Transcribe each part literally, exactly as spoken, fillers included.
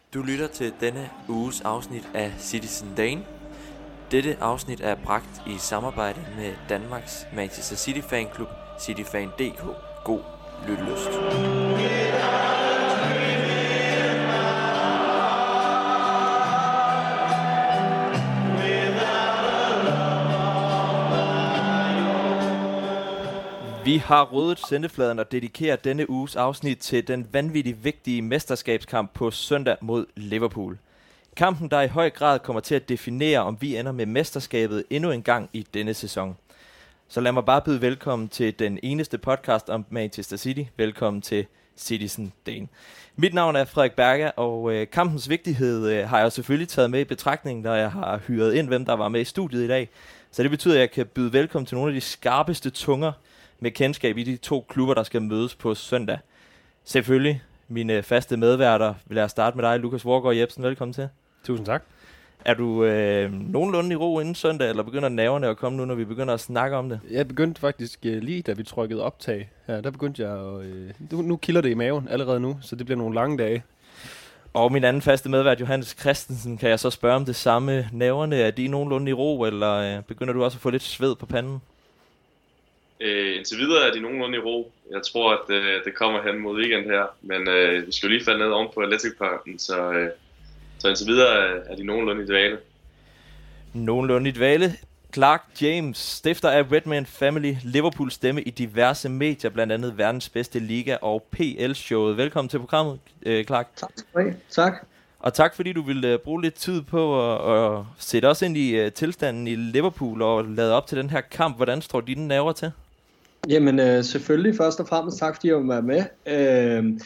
Du lytter til denne uges afsnit af Citizen Dane. Dette afsnit er bragt i samarbejde med Danmarks Manchester City fanklub, cityfan punktum d k. God lyttelyst. Vi har ryddet sendefladen og dedikerer denne uges afsnit til den vanvittigt vigtige mesterskabskamp på søndag mod Liverpool. Kampen, der i høj grad kommer til at definere, om vi ender med mesterskabet endnu en gang i denne sæson. Så lad mig bare byde velkommen til den eneste podcast om Manchester City. Velkommen til Citizen Dane. Mit navn er Frederik Berger, og øh, kampens vigtighed øh, har jeg selvfølgelig taget med i betragtning, når jeg har hyret ind, hvem der var med i studiet i dag. Så det betyder, at jeg kan byde velkommen til nogle af de skarpeste tunger med kendskab i de to klubber, der skal mødes på søndag. Selvfølgelig mine faste medværter. Vil jeg starte med dig, Lukas Vorgård Jebsen. Velkommen til. Tusind tak. Er du øh, nogenlunde i ro inden søndag, eller begynder nerverne at komme nu, når vi begynder at snakke om det? Jeg begyndte faktisk øh, lige, da vi trykkede optag. Ja, der begyndte jeg at... Øh, nu, nu kilder det i maven allerede nu, så det bliver nogle lange dage. Og min anden faste medvært, Johannes Christensen, kan jeg så spørge om det samme. Nerverne, er de nogenlunde i ro, eller øh, begynder du også at få lidt sved på panden? Øh, indtil videre er de nogenlunde i ro. Jeg tror, at øh, det kommer hen mod weekend her. Men øh, vi skal jo lige falde ned oven på Athletic Parken, så, øh, så indtil videre er, er de nogenlunde i dvale. Nogenlunde i dvale. Clark James, stifter af Redman Family, Liverpool stemme i diverse medier, blandt andet Verdens Bedste Liga og P L-showet. Velkommen til programmet, øh, Clark. Tak. Tak. Og tak fordi du ville uh, bruge lidt tid på at, at sætte os ind i uh, tilstanden i Liverpool og lade op til den her kamp. Hvordan står dine nerver til? Jamen øh, selvfølgelig først og fremmest tak fordi jeg vil være med. Øh,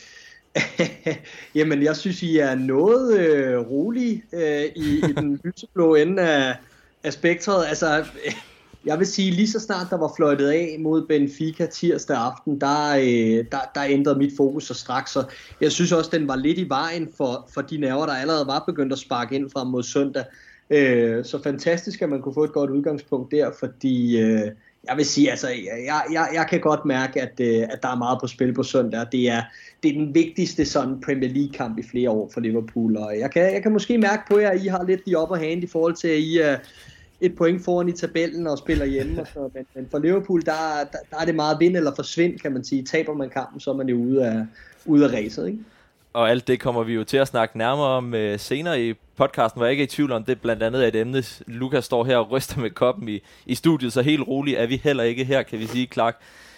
jamen jeg synes I er noget øh, rolige øh, i, i den lyseblå ende af, af spektret. Altså jeg vil sige lige så snart der var fløjtet af mod Benfica tirsdag aften, der, øh, der, der ændrede mit fokus så straks. Så jeg synes også den var lidt i vejen for, for de nerver der allerede var begyndt at sparke ind frem mod søndag. Øh, så fantastisk at man kunne få et godt udgangspunkt der, fordi øh, jeg vil sige, altså, jeg, jeg, jeg kan godt mærke, at, at der er meget på spil på søndag. Det er, det er den vigtigste sådan Premier League-kamp i flere år for Liverpool. Og jeg kan, jeg kan måske mærke på jer, at I har lidt de upper hand i forhold til, at I er et point foran i tabellen og spiller hjemme. Og så. Men, men for Liverpool, der, der, der er det meget vind eller forsvind, kan man sige. Taber man kampen, så er man jo ude af, ude af racet, ikke? Og alt det kommer vi jo til at snakke nærmere om øh, senere i podcasten, hvor jeg ikke er i tvivl om det. Blandt andet er et emne. Lukas står her og ryster med koppen i, i studiet, så helt roligt er vi heller ikke her, kan vi sige, Clark.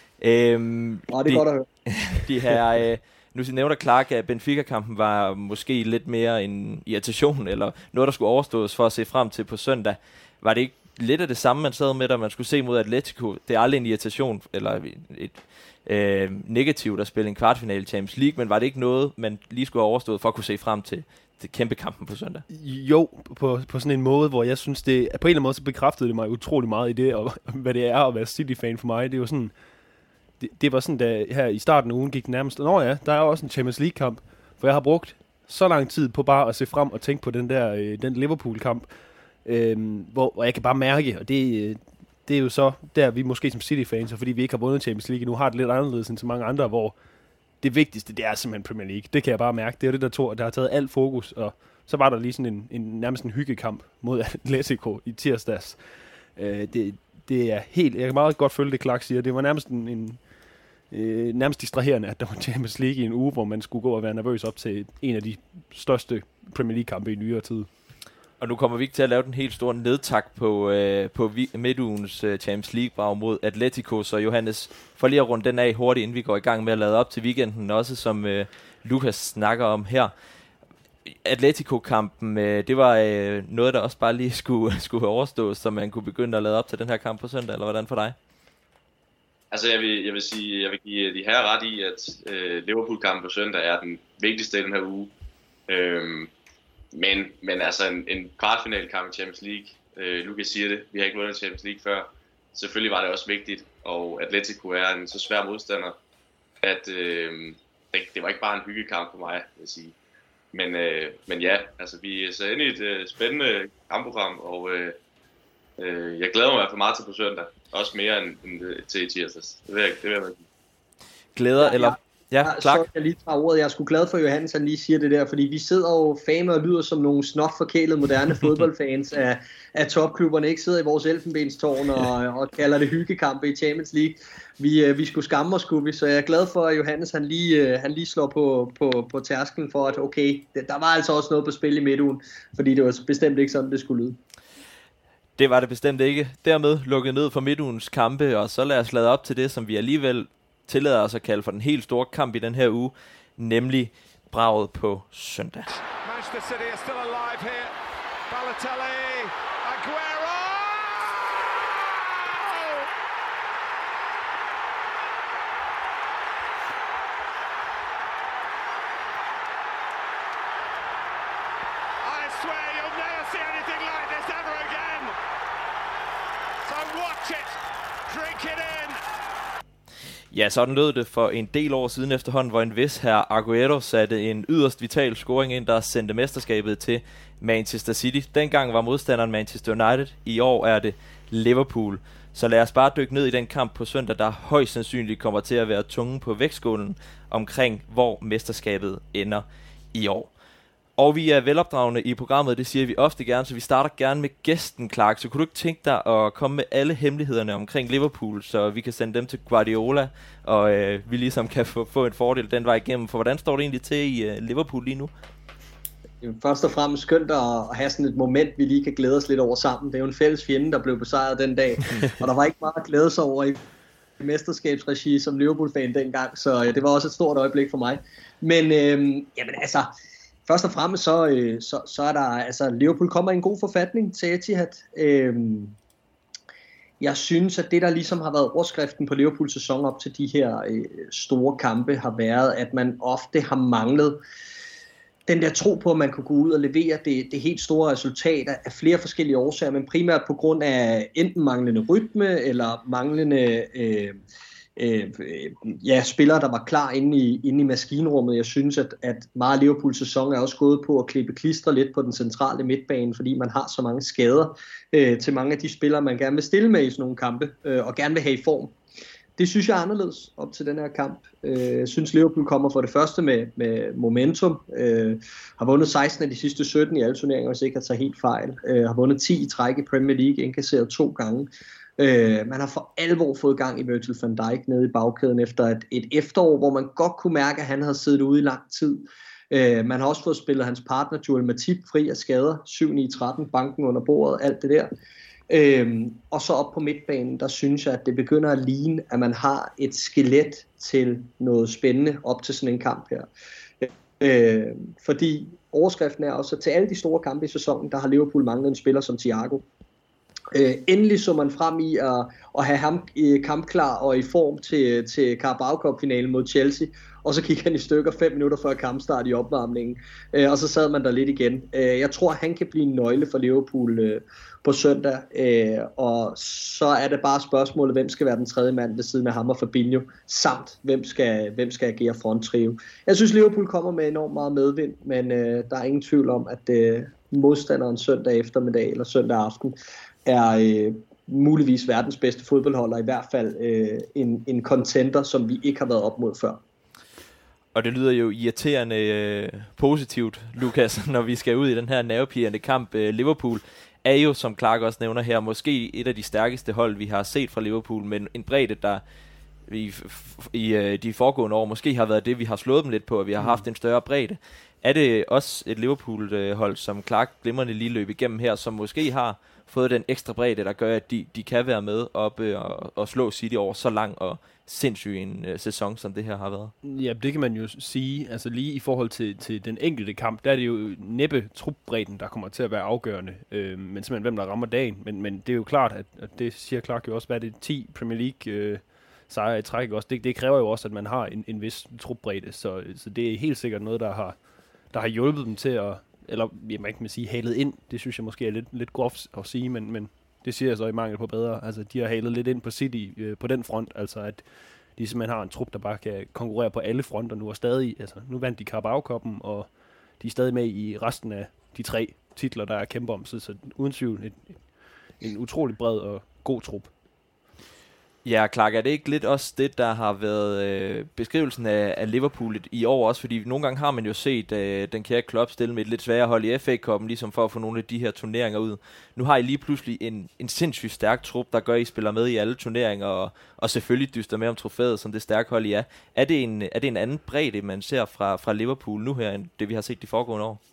Øhm, Nå, det er de, godt at høre. De her, øh, nu nævner Clark, at Benfica-kampen var måske lidt mere en irritation, eller noget, der skulle overstås for at se frem til på søndag. Var det ikke lidt af det samme, man sad med, da man skulle se mod Atletico? Det er aldrig en irritation, eller et... et Øh, negativt at spille en kvartfinale i Champions League, men var det ikke noget, man lige skulle have overstået for at kunne se frem til, til kæmpe kampen på søndag? Jo, på, på sådan en måde, hvor jeg synes, det på en eller anden måde, så bekræftede det mig utrolig meget i det, og hvad det er at være City-fan for mig. Det er jo sådan, det, det var sådan, da her i starten af ugen gik det nærmest, nå ja, der er også en Champions League-kamp, for jeg har brugt så lang tid på bare at se frem og tænke på den der, øh, den Liverpool-kamp, øh, hvor, hvor jeg kan bare mærke, og det øh, det er jo så der, vi måske som City-fans, fordi vi ikke har vundet Champions League, nu har det lidt anderledes end så mange andre, hvor det vigtigste, det er simpelthen Premier League. Det kan jeg bare mærke. Det er jo det, der, tog, der har taget alt fokus, og så var der lige sådan en, en nærmest en hyggekamp mod Atletico i tirsdags. Øh, det, det er helt, jeg kan meget godt følge det, Clark siger. Det var nærmest en, en øh, nærmest distraherende, at der var Champions League i en uge, hvor man skulle gå og være nervøs op til en af de største Premier League-kampe i nyere tid. Og nu kommer vi ikke til at lave den helt store nedtak på, øh, på vi, midtugens øh, Champions League-brag mod Atletico. Så Johannes, for lige at runde den af hurtigt, inden vi går i gang med at lade op til weekenden, også som øh, Lukas snakker om her. Atletico-kampen, øh, det var øh, noget, der også bare lige skulle, skulle overstås, så man kunne begynde at lade op til den her kamp på søndag, eller hvordan for dig? Altså jeg vil, jeg vil sige, jeg vil give de her ret i, at øh, Liverpool-kampen på søndag er den vigtigste i den her uge. Øhm, Men, men altså en, en kvartfinalekamp i Champions League, øh, Lukas siger det, vi har ikke vundet Champions League før. Selvfølgelig var det også vigtigt, og Atletico er en så svær modstander, at øh, det, det var ikke bare en hyggekamp for mig, vil jeg sige. Men, øh, men ja, altså vi er så inde i et øh, spændende kampprogram, og øh, øh, jeg glæder mig i hvert fald meget til på søndag. Også mere end, end til i tirsdags. Det vil jeg, det vil jeg Glæder, ja, eller... ja. Ja, klart. Så jeg lige tager ordet. Jeg er sgu glad for, at Johannes han lige siger det der, fordi vi sidder jo fame og lyder som nogle snotforkælede moderne fodboldfans af, af topklubberne, ikke sidder i vores elfenbenstårn og, og kalder det hyggekampe i Champions League. Vi, vi skulle skamme os, skulle vi, så jeg er glad for, at Johannes han lige, han lige slår på, på, på tærsklen for, at okay, der var altså også noget på spil i midtugen, fordi det var bestemt ikke sådan, det skulle lyde. Det var det bestemt ikke. Dermed lukket ned for midtugens kampe, og så lad os lade op til det, som vi alligevel tillader os at kalde for den helt store kamp i den her uge, nemlig braget på søndag. Manchester City are still alive here. Balotelli, Aguero! I swear you'll never see anything like this ever again. So watch it, drink it in. Ja, sådan lød det for en del år siden efterhånden, hvor en vis herr Aguero satte en yderst vital scoring ind, der sendte mesterskabet til Manchester City. Dengang var modstanderen Manchester United, i år er det Liverpool. Så lad os bare dykke ned i den kamp på søndag, der højst sandsynligt kommer til at være tungen på vægtskålen omkring, hvor mesterskabet ender i år. Og vi er velopdragende i programmet, det siger vi ofte gerne, så vi starter gerne med gæsten, Clark. Så kunne du ikke tænke dig at komme med alle hemmelighederne omkring Liverpool, så vi kan sende dem til Guardiola, og øh, vi ligesom kan få, få en fordel den vej igennem. For hvordan står det egentlig til i øh, Liverpool lige nu? Først og fremmest skønt at have sådan et moment, vi lige kan glæde os lidt over sammen. Det er jo en fælles fjende, der blev besejret den dag, og der var ikke meget at glæde sig over i mesterskabsregi som Liverpool-fan dengang, så øh, det var også et stort øjeblik for mig. Men øh, jamen altså... Først og fremmest så, øh, så, så er der, altså Liverpool kommer i en god forfatning til Etihad. Øhm, jeg synes, at det der ligesom har været overskriften på Liverpools sæson op til de her øh, store kampe, har været, at man ofte har manglet den der tro på, at man kunne gå ud og levere det, det helt store resultat af flere forskellige årsager, men primært på grund af enten manglende rytme, eller manglende... Øh, Øh, ja, spillere, der var klar inde i, inde i maskinrummet. Jeg synes, at, at meget Liverpools sæson er også gået på at klippe klister lidt på den centrale midtbane, fordi man har så mange skader øh, til mange af de spillere, man gerne vil stille med i sådan nogle kampe, øh, og gerne vil have i form. Det synes jeg er anderledes op til den her kamp. Øh, jeg synes, Liverpool kommer for det første med, med momentum. Øh, har vundet seksten af de sidste sytten i alle turneringer, hvis ikke at tage helt fejl. Øh, har vundet ti i træk i Premier League, indkasseret to gange. Uh, man har for alvor fået gang i Virgil van Dijk nede i bagkæden efter et, et efterår, hvor man godt kunne mærke, at han havde siddet ude i lang tid. Uh, man har også fået spillet hans partner Joel Matip fri af skader, syv ni tretten, banken under bordet, alt det der. Uh, og så op på midtbanen, der synes jeg, at det begynder at ligne, at man har et skelet til noget spændende op til sådan en kamp her. Uh, fordi overskriften er også, at til alle de store kampe i sæsonen, der har Liverpool manglet en spiller som Thiago. Uh, endelig så man frem i at, at have ham uh, kampklar og i form til, til Carabao Cup-finalen mod Chelsea, og så gik han i stykker fem minutter før kampstart i opvarmningen, uh, og så sad man der lidt igen. Uh, jeg tror, han kan blive en nøgle for Liverpool uh, på søndag, uh, og så er det bare spørgsmålet, hvem skal være den tredje mand ved siden af ham og Fabinho, samt hvem skal, hvem skal agere fronttrio. Jeg synes, Liverpool kommer med enormt meget medvind, men uh, der er ingen tvivl om, at uh, modstanderen søndag eftermiddag eller søndag aften er øh, muligvis verdens bedste fodboldholder, i hvert fald øh, en, en contender, som vi ikke har været op mod før. Og det lyder jo irriterende øh, positivt, Lukas, når vi skal ud i den her nervepirrende kamp. Øh, Liverpool er jo, som Clark også nævner her, måske et af de stærkeste hold, vi har set fra Liverpool, men en bredde, der i, i øh, de foregående år måske har været det, vi har slået dem lidt på, at vi har haft en større bredde. Er det også et Liverpool-hold, som Clark glimrende lige løb igennem her, som måske har fået den ekstra bredde, der gør, at de, de kan være med op og, og slå City over så lang og sindssyg en uh, sæson, som det her har været? Ja, det kan man jo sige. Altså lige i forhold til, til den enkelte kamp, der er det jo næppe trupbredden, der kommer til at være afgørende, øh, men simpelthen hvem der rammer dagen. Men, men det er jo klart, at, at det siger Clark jo også, hvad er det, ti Premier League øh, sejre i træk også. Det, det kræver jo også, at man har en, en vis trupbredde, så, så det er helt sikkert noget, der har, der har hjulpet dem til at, eller jamen, ikke man sige, halet ind. Det synes jeg måske er lidt, lidt groft at sige, men, men det siger jeg så i mangel på bedre. Altså, de har halet lidt ind på City øh, på den front, altså at de simpelthen har en trup, der bare kan konkurrere på alle fronter nu, og stadig, altså nu vandt de Carabao Cup'en, og de er stadig med i resten af de tre titler, der er kæmpe om, så, så uden tvivl et, en utrolig bred og god trup. Ja, Clark, er det ikke lidt også det, der har været øh, beskrivelsen af, af Liverpool i år også? Fordi nogle gange har man jo set øh, den kære Klopp stille med et lidt sværere hold i F A-cuppen, ligesom for at få nogle af de her turneringer ud. Nu har I lige pludselig en, en sindssygt stærk trup, der gør, at I spiller med i alle turneringer, og, og selvfølgelig dyster med om trofæet, som det stærke hold I er. Er det en, er det en anden bredde, man ser fra, fra Liverpool nu her, end det vi har set de foregående år?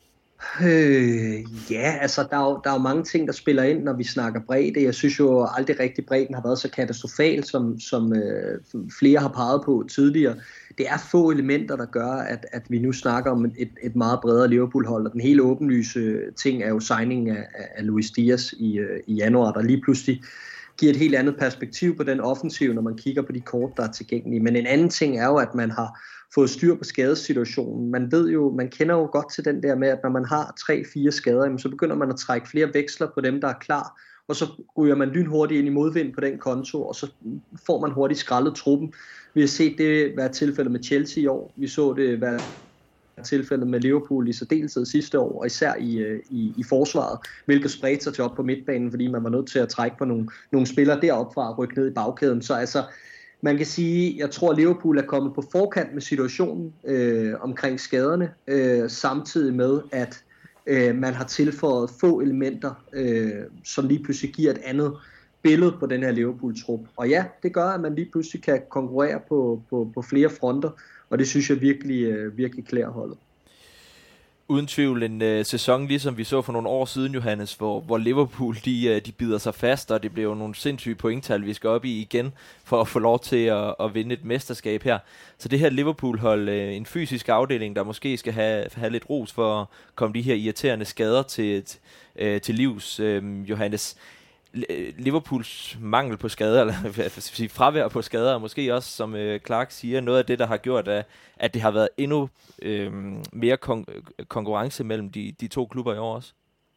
Øh, ja, altså der er, jo, der er jo mange ting, der spiller ind, når vi snakker bredde. Jeg synes jo aldrig rigtig bredden har været så katastrofal, som, som øh, flere har peget på tidligere. Det er få elementer, der gør, at, at vi nu snakker om et, et meget bredere Liverpool-hold. Og den hele åbenlyse ting er jo signingen af, af Luis Diaz i, øh, i januar, der lige pludselig giver et helt andet perspektiv på den offensiv, når man kigger på de kort, der er tilgængelige. Men en anden ting er jo, at man har fået styr på skadessituationen. Man ved jo, man kender jo godt til den der med, at når man har tre fire skader, så begynder man at trække flere veksler på dem, der er klar, og så ryger man lynhurtigt ind i modvind på den konto, og så får man hurtigt skrællet truppen. Vi har set det være tilfældet med Chelsea i år. Vi så det være tilfældet med Liverpool i særdeleshed sidste år, og især i, i, i forsvaret, hvilket spredte sig til op på midtbanen, fordi man var nødt til at trække på nogle, nogle spillere deroppe fra at rykke ned i bagkæden. Så altså, man kan sige, jeg tror, at Liverpool er kommet på forkant med situationen øh, omkring skaderne, øh, samtidig med, at øh, man har tilføjet få elementer, øh, som lige pludselig giver et andet billede på den her Liverpool-trup. Og ja, det gør, at man lige pludselig kan konkurrere på, på, på flere fronter, og det synes jeg virkelig, øh, virkelig klæder holdet. Uden tvivl en øh, sæson, ligesom vi så for nogle år siden, Johannes, hvor, hvor Liverpool de, øh, de bider sig fast, og det bliver jo nogle sindssyge pointtal, vi skal op i igen, for at få lov til at, at vinde et mesterskab her. Så det her Liverpool-hold, øh, en fysisk afdeling, der måske skal have, have lidt ros for at komme de her irriterende skader til, øh, til livs, øh, Johannes. Liverpools mangel på skader, eller fravær på skader, måske også, som øh, Clark siger, noget af det, der har gjort, at, at det har været endnu øh, mere kon- konkurrence mellem de, de to klubber i år også.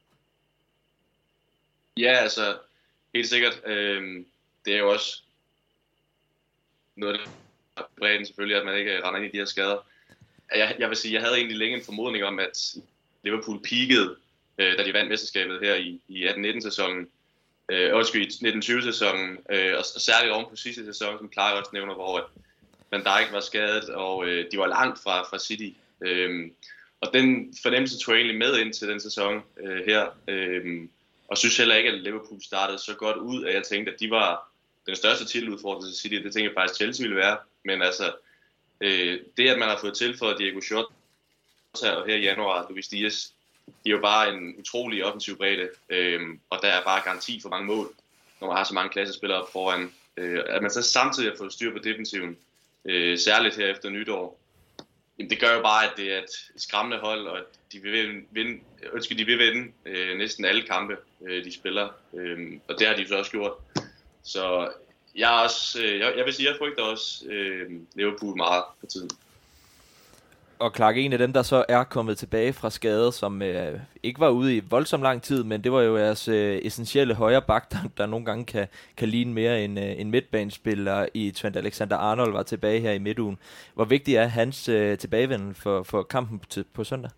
Ja, altså, helt sikkert. Øh, det er jo også noget af det bredden selvfølgelig, at man ikke render ind i de her skader. Jeg, jeg vil sige, jeg havde egentlig længe en formodning om, at Liverpool peakede, øh, da de vandt mesterskabet her i, i atten nitten sæsonen. Øh, også i nitten tyve sæsonen, øh, og, og særligt oven på sidste sæson, som Clark også nævner, hvor Van Dijk var skadet, og øh, de var langt fra, fra City. Øh, og den fornemmelse tog jeg egentlig med ind til den sæson øh, her, øh, og synes heller ikke, at Liverpool startede så godt ud, at jeg tænkte, at de var den største titeludfordring til City. Det tænkte jeg faktisk, Chelsea ville være, men altså, øh, det at man har fået tilføjet Diego Jota her, her i januar, Luis Diaz, det er jo bare en utrolig offensiv bredde, øhm, og der er bare garanti for mange mål, når man har så mange klassespillere op foran. Øh, at man så samtidig har fået styr på defensiven, øh, særligt her efter nytår, jamen det gør jo bare, at det er et skræmmende hold, og at de vil vinde, ønsker, de vil vinde øh, næsten alle kampe, øh, de spiller, øh, og det har de jo så også gjort. Så jeg, er også, øh, jeg, jeg vil sige, jeg frygter også øh, Liverpool meget på tiden. Og Clark, en af dem, der så er kommet tilbage fra skade, som øh, ikke var ude i voldsom lang tid, men det var jo jeres øh, essentielle højre bak, der, der nogle gange kan, kan ligne mere end øh, en midtbanespiller i Trent Alexander-Arnold var tilbage her i midtugen. Hvor vigtig er hans øh, tilbagevenden for, for kampen til, på søndag?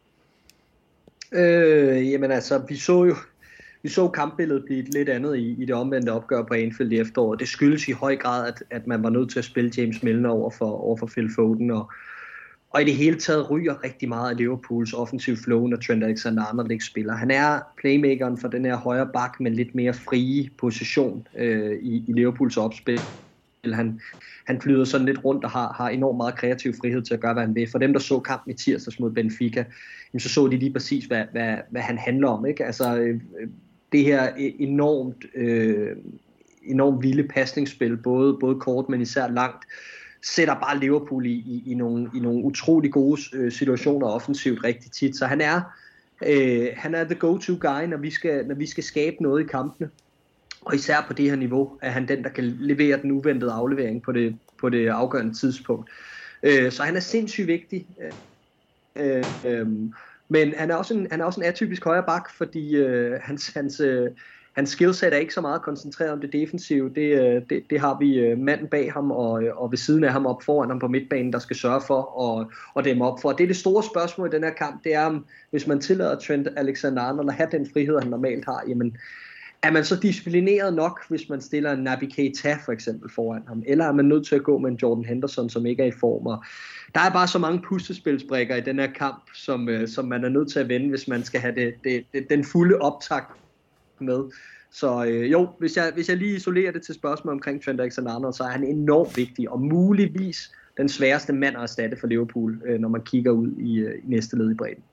Øh, jamen altså, vi så jo vi så kampbilledet blive lidt andet i, i det omvendte opgør på Anfield i efteråret. Det skyldes i høj grad, at, at man var nødt til at spille James Milner over for, over for Phil Foden, og Og i det hele taget ryger rigtig meget af Liverpools offensiv flow, når Trent Alexander-Arnold ikke spiller. Han er playmakeren for den her højre bak med lidt mere frie position øh, i, i Liverpools opspil. Han, han flyder sådan lidt rundt og har, har enormt meget kreativ frihed til at gøre, hvad han vil. For dem, der så kampen i tirsdags mod Benfica, så så de lige præcis, hvad, hvad, hvad han handler om. Ikke? Altså, øh, det her enormt, øh, enormt vilde pasningsspil, både, både kort, men især langt, sætter bare Liverpool i, i, i, nogle, i nogle utrolig gode øh, situationer offensivt rigtig tit. Så han er, øh, han er the go-to guy, når vi, skal, når vi skal skabe noget i kampene. Og især på det her niveau er han den, der kan levere den uventede aflevering på det, på det afgørende tidspunkt. Øh, så han er sindssygt vigtig. Øh, øh, men han er også en, han er også en atypisk højre bak, fordi øh, hans... hans øh, Hans skillset er ikke så meget koncentreret om det defensive. Det, det, det har vi manden bag ham og, og ved siden af ham op foran ham på midtbanen, der skal sørge for at, at dæmme op for. Det er det store spørgsmål i den her kamp. Det er, hvis man tillader Trent Alexander-Arnold at have den frihed, han normalt har, jamen er man så disciplineret nok, hvis man stiller en Naby Keita for eksempel foran ham? Eller er man nødt til at gå med en Jordan Henderson, som ikke er i form? Og der er bare så mange puslespilsbrikker i den her kamp, som, øh, som man er nødt til at vende, hvis man skal have det, det, det, den fulde optakt med. Så øh, jo, hvis jeg, hvis jeg lige isolerer det til spørgsmål omkring Trent Alexander-Arnold, så er han enormt vigtig, og muligvis den sværeste mand at erstatte for Liverpool, øh, når man kigger ud i, øh, i næste led i bredden.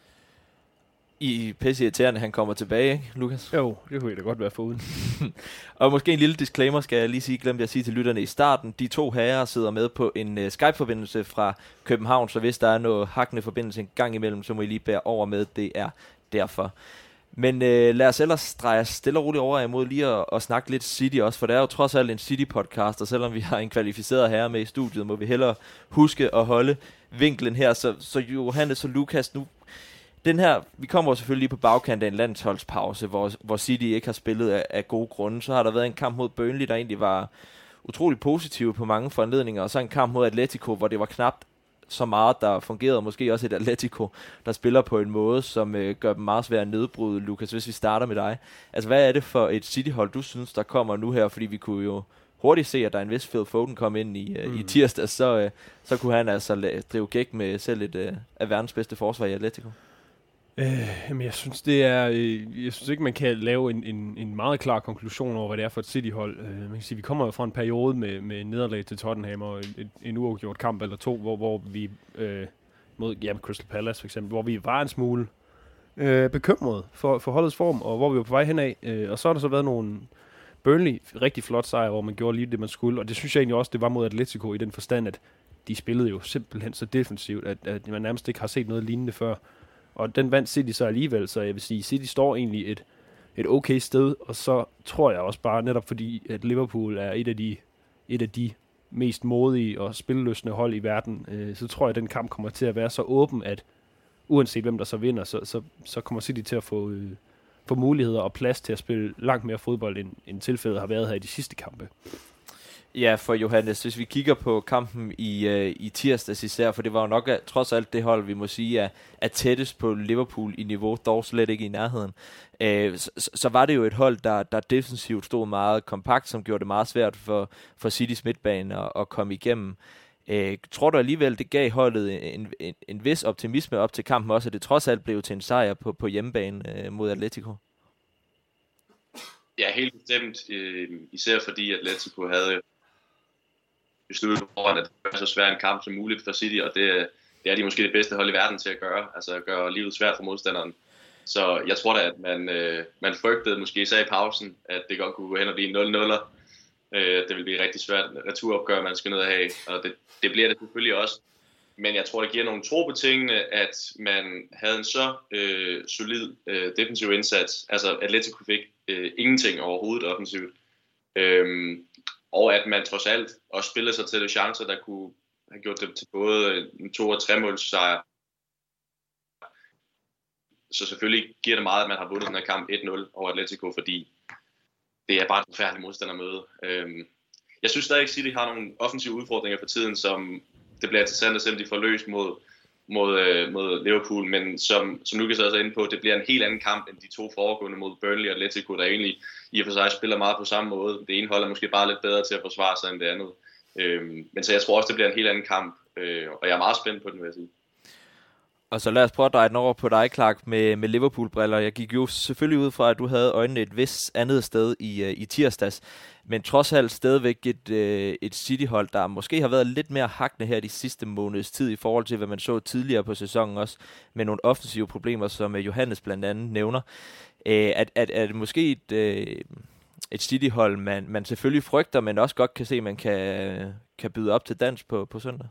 I pisse irriterende, han kommer tilbage, ikke, Lukas? Jo, det kunne jeg da godt være foruden. Og måske en lille disclaimer, skal jeg lige sige, glemte jeg at sige til lytterne i starten. De to herrer sidder med på en uh, Skype-forbindelse fra København, så hvis der er noget hakkende forbindelse en gang imellem, så må I lige bære over med, det er derfor. Men uh, lad os ellers dreje stille og roligt over imod lige at, at snakke lidt City også, for det er jo trods alt en City-podcast, og selvom vi har en kvalificeret herre med i studiet, må vi hellere huske at holde vinklen her. Så, så Johannes og Lukas, nu den her, vi kommer selvfølgelig lige på bagkant af en landsholdspause, hvor, hvor City ikke har spillet af, af gode grunde. Så har der været en kamp mod Burnley, der egentlig var utrolig positiv på mange foranledninger, og så en kamp mod Atletico, hvor det var knapt så meget, der fungerede. Måske også et Atletico, der spiller på en måde, som øh, gør dem meget svært at nedbryde. Lukas, hvis vi starter med dig. Altså, hvad er det for et City-hold, du synes, der kommer nu her? Fordi vi kunne jo hurtigt se, at der er en vis Phil Foden kom ind i, øh, mm. i tirsdag, så, øh, så kunne han altså la- drive gæk med selv et øh, af verdens bedste forsvar i Atletico. Øh, men jeg synes det er, øh, jeg synes ikke man kan lave en, en, en meget klar konklusion over hvad det er for et City-hold. Øh, man kan sige, vi kommer jo fra en periode med med nederlag til Tottenham og en, en uafgjort kamp eller to, hvor hvor vi øh, mod ja, Crystal Palace for eksempel, hvor vi var en smule øh, bekymrede for for holdets form og hvor vi var på vej henad. Øh, og så har der så været nogle Burnley rigtig flot sejr, hvor man gjorde lige det man skulle, og det synes jeg egentlig også det var mod Atletico i den forstand at de spillede jo simpelthen så defensivt at, at man nærmest ikke har set noget lignende før. Og den vandt City så alligevel, så jeg vil sige, City står egentlig et, et okay sted, og så tror jeg også bare, netop fordi, at Liverpool er et af de, et af de mest modige og spilleløsende hold i verden, øh, så tror jeg, at den kamp kommer til at være så åben, at uanset hvem der så vinder, så, så, så kommer City til at få, øh, få muligheder og plads til at spille langt mere fodbold, end, end tilfældet har været her i de sidste kampe. Ja, for Johannes, hvis vi kigger på kampen i, øh, i tirsdags især, for det var jo nok at, trods alt det hold, vi må sige, er, er tættest på Liverpool i niveau, dog slet ikke i nærheden. Øh, så, så var det jo et hold, der, der defensivt stod meget kompakt, som gjorde det meget svært for, for Citys midtbane at, at komme igennem. Øh, tror du alligevel, det gav holdet en, en, en vis optimisme op til kampen også, at det trods alt blev til en sejr på, på hjemmebane øh, mod Atletico? Ja, helt bestemt. Øh, især fordi Atletico havde besluttet foran, at det var så svær en kamp som muligt for City, og det, det er de måske det bedste hold i verden til at gøre, altså at gøre livet svært for modstanderen. Så jeg tror da, at man, øh, man frygtede måske især i pausen, at det godt kunne gå hen og blive nul nul. Øh, det vil blive rigtig svært returopgør, man skal ned og have, og det, det bliver det selvfølgelig også. Men jeg tror, det giver nogle tro betingende, at man havde en så øh, solid øh, defensiv indsats. Altså Atletico fik øh, ingenting overhovedet offensivt. Øhm, Og at man trods alt også spillede sig til de chancer, der kunne have gjort dem til både en to- og tre-måls sejr. Så selvfølgelig giver det meget, at man har vundet den her kamp et nul over Atletico, fordi det er bare et forfærdeligt modstandermøde. Jeg synes stadig ikke, at City har nogle offensive udfordringer for tiden, som det bliver interessant at se, om de får løst mod, mod, mod Liverpool. Men som, som Lukas også er inde på, det bliver en helt anden kamp end de to foregående mod Burnley og Atletico, der egentlig i og for sig spiller meget på samme måde. Det ene hold er måske bare lidt bedre til at forsvare sig end det andet. Øhm, men så jeg tror også, det bliver en helt anden kamp, øh, og jeg er meget spændt på den, vil jeg sige. Og så lad os prøve at dreje den over på dig, Clark, med, med Liverpool-briller. Jeg gik jo selvfølgelig ud fra, at du havde øjnene et vis andet sted i, uh, i tirsdags, men trods alt stadigvæk et, uh, et City-hold, der måske har været lidt mere hakkende her de sidste måneds tid i forhold til, hvad man så tidligere på sæsonen også, med nogle offensive problemer, som Johannes blandt andet nævner. Uh, at, at, at måske et, uh, et City-hold, man, man selvfølgelig frygter, men også godt kan se, at man kan, kan byde op til dans på, på søndag?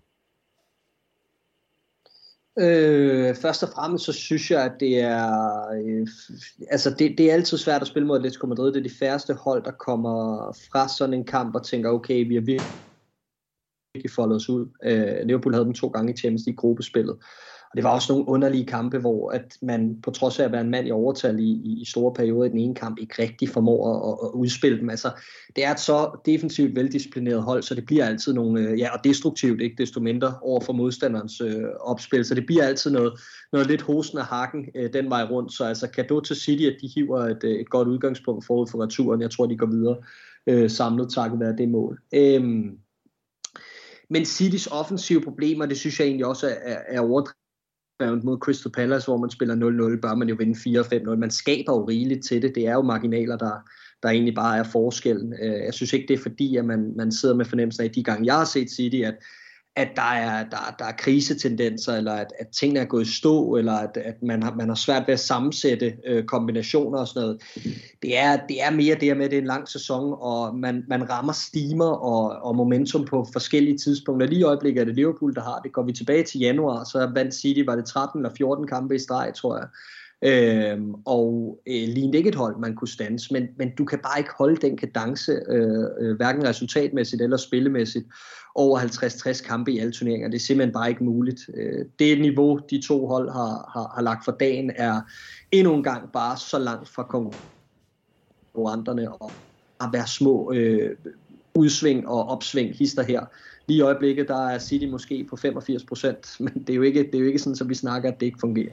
Øh, først og fremmest så synes jeg, at det er øh, altså det, det er altid svært at spille mod Atletico Madrid. Det er de færreste hold, der kommer fra sådan en kamp og tænker, okay, vi har virkelig foldet os ud. Øh, Liverpool havde dem to gange i Champions League gruppespillet. Og det var også nogle underlige kampe, hvor at man på trods af at være en mand i overtal i, i, i store perioder i den ene kamp, ikke rigtig formår at, at udspille dem. Altså, det er et så defensivt veldisciplineret hold, så det bliver altid nogle, ja, og destruktivt, ikke desto mindre, over for modstanderens øh, opspil. Så det bliver altid noget, noget lidt hosen af hakken øh, den vej rundt. Så altså, cadeau til City, at de hiver et, et godt udgangspunkt forud for returen. Jeg tror, de går videre øh, samlet takket være det mål. Øhm, men Citys offensive problemer, det synes jeg egentlig også er, er overdrevet mod Crystal Palace, hvor man spiller nul nul, bør man jo vinde fire fem nul. Man skaber jo rigeligt til det. Det er jo marginaler, der, der egentlig bare er forskellen. Jeg synes ikke, det er fordi, at man, man sidder med fornemmelsen af, de gange jeg har set City, at, at der, er, der, der er krisetendenser, eller at, at tingene er gået i stå, eller at, at man, har, man har svært ved at sammensætte øh, kombinationer og sådan noget. Det er, det er mere det her med, at det er en lang sæson, og man, man rammer stimer og, og momentum på forskellige tidspunkter. Lige i øjeblikket er det Liverpool, der har det. Går vi tilbage til januar, så vandt City, var det tretten eller fjorten kampe i streg, tror jeg. Øhm, og øh, lignede ikke et hold, man kunne stands, men, men du kan bare ikke holde den kadence, øh, øh, hverken resultatmæssigt eller spillemæssigt, over halvtreds til tres kampe i alle turneringer. Det er simpelthen bare ikke muligt. Øh, det niveau, de to hold har, har, har lagt for dagen, er endnu en gang bare så langt fra konkurrenterne, og at være små øh, udsving og opsving hister her. Lige i øjeblikket, der er City måske på femogfirs procent, men det er jo ikke, det er jo ikke sådan, som vi snakker, at det ikke fungerer.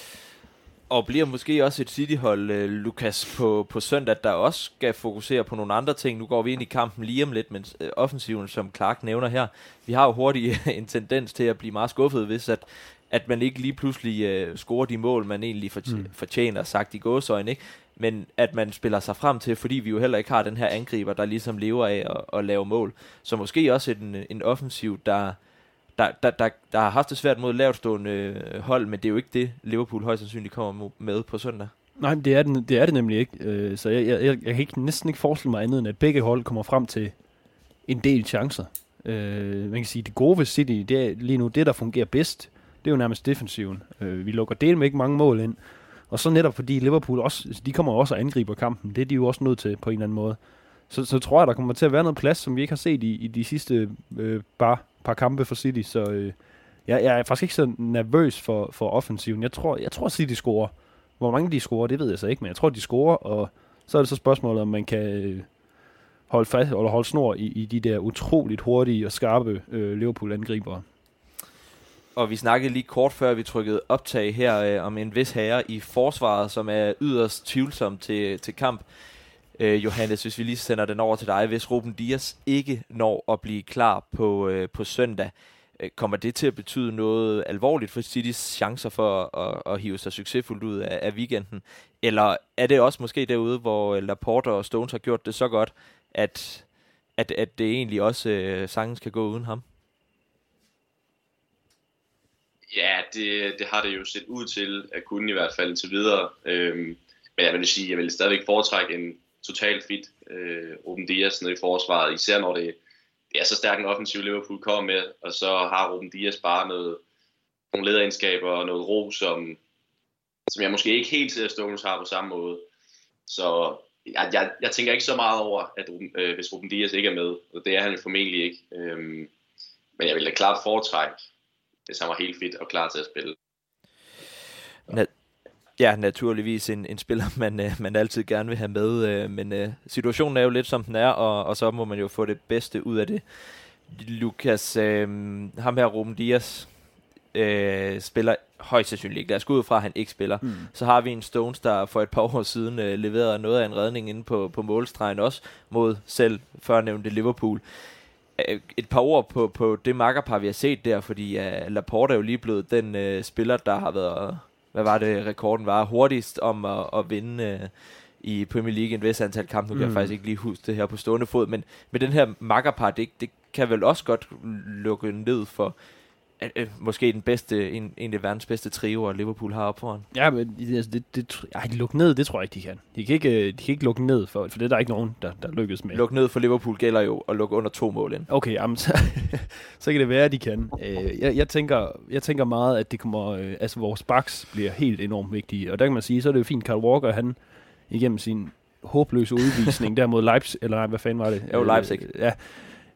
Og bliver måske også et City-hold, uh, Lukas, på, på søndag, der også skal fokusere på nogle andre ting. Nu går vi ind i kampen lige om lidt, men uh, offensiven, som Clark nævner her, vi har jo hurtigt en tendens til at blive meget skuffet, hvis at, at man ikke lige pludselig uh, scorer de mål, man egentlig fortj- mm. fortjener, sagt i gåseøjne, ikke? Men at man spiller sig frem til, fordi vi jo heller ikke har den her angriber, der ligesom lever af at, at lave mål. Så måske også en, en offensiv, der... Der, der, der, der har haft det svært mod lavtstående hold, men det er jo ikke det, Liverpool højst sandsynligt kommer med på søndag. Nej, det er det, det, er det nemlig ikke. Så jeg, jeg, jeg, jeg kan ikke, næsten ikke forestille mig andet, end at begge hold kommer frem til en del chancer. Man kan sige, det gode ved City, det er lige nu, det der fungerer bedst, det er jo nærmest defensiven. Vi lukker del med ikke mange mål ind. Og så netop fordi Liverpool også, de kommer også og angriber kampen, det er de jo også nødt til på en eller anden måde. Så, så tror jeg, der kommer til at være noget plads, som vi ikke har set i, i de sidste øh, bare par kampe for City, så øh, jeg, jeg er faktisk ikke så nervøs for, for offensiven. Jeg tror, jeg tror City scorer. Hvor mange de scorer, det ved jeg så ikke, men jeg tror, de scorer, og så er det så spørgsmålet, om man kan øh, holde fast eller holde snor i, i de der utroligt hurtige og skarpe øh, Liverpool-angribere. Og vi snakkede lige kort før, vi trykkede optag her øh, om en vis herre i forsvaret, som er yderst tvivlsom til, til kamp. Øh, Johannes, hvis vi lige sender den over til dig, hvis Ruben Dias ikke når at blive klar på, øh, på søndag, øh, kommer det til at betyde noget alvorligt for Citys chancer for at, at hive sig succesfuldt ud af, af weekenden? Eller er det også måske derude, hvor Laporte og Stones har gjort det så godt, at, at, at det egentlig også øh, sagtens kan gå uden ham? Ja, det, det har det jo set ud til at kunne i hvert fald til videre. Øhm, men jeg vil sige, jeg vil stadigvæk foretrække en totalt fit øh, Ruben Dias nede i forsvaret, især når det, det er så stærk en offensiv Liverpool kommer med, og så har Ruben Dias bare noget, nogle lederegenskaber og noget ro, som, som jeg måske ikke helt til at Stones har på samme måde. Så jeg, jeg, jeg tænker ikke så meget over, at øh, hvis Ruben Dias ikke er med, og det er han formentlig ikke, øhm, men jeg vil da klart foretrække, hvis han var helt fit og klar til at spille. Ja. Ja, naturligvis en, en spiller, man, øh, man altid gerne vil have med, øh, men øh, situationen er jo lidt som den er, og, og så må man jo få det bedste ud af det. Lukas, øh, ham her, Ruben Dias, øh, spiller højst sandsynligt ikke. Lad os gå ud fra, at han ikke spiller. Mm. Så har vi en Stones, der for et par år siden øh, leverede noget af en redning inde på, på målstregen også, mod selv førnævnte Liverpool. Øh, et par ord på, på det makkerpar, vi har set der, fordi øh, Laporte er jo lige blevet den øh, spiller, der har været... Hvad var det, rekorden var? Hurtigst om at, at vinde øh, i Premier League en vis antal kampe. Nu kan mm. jeg faktisk ikke lige huske det her på stående fod. Men med den her makkerpar, det, det kan vel også godt lukke ned for øh, øh, måske den bedste, en, egentlig verdens bedste trio, og Liverpool har op foran. Ja, men altså, det, det, ej, lukke ned, det tror jeg ikke, de kan. De kan ikke, de kan ikke lukke ned, for, for det er der ikke nogen, der, der lykkes med. Lukke ned for Liverpool gælder jo at lukke under to mål ind. Okay, jamen, så, så kan det være, at de kan. Øh, jeg, jeg, tænker, jeg tænker meget, at det kommer, øh, altså vores backs bliver helt enormt vigtige. Og der kan man sige, så er det jo fint, Kyle Walker, han igennem sin håbløse udvisning der mod Leipzig, eller nej, hvad fanden var det? Jo, Leipzig. Øh, ja.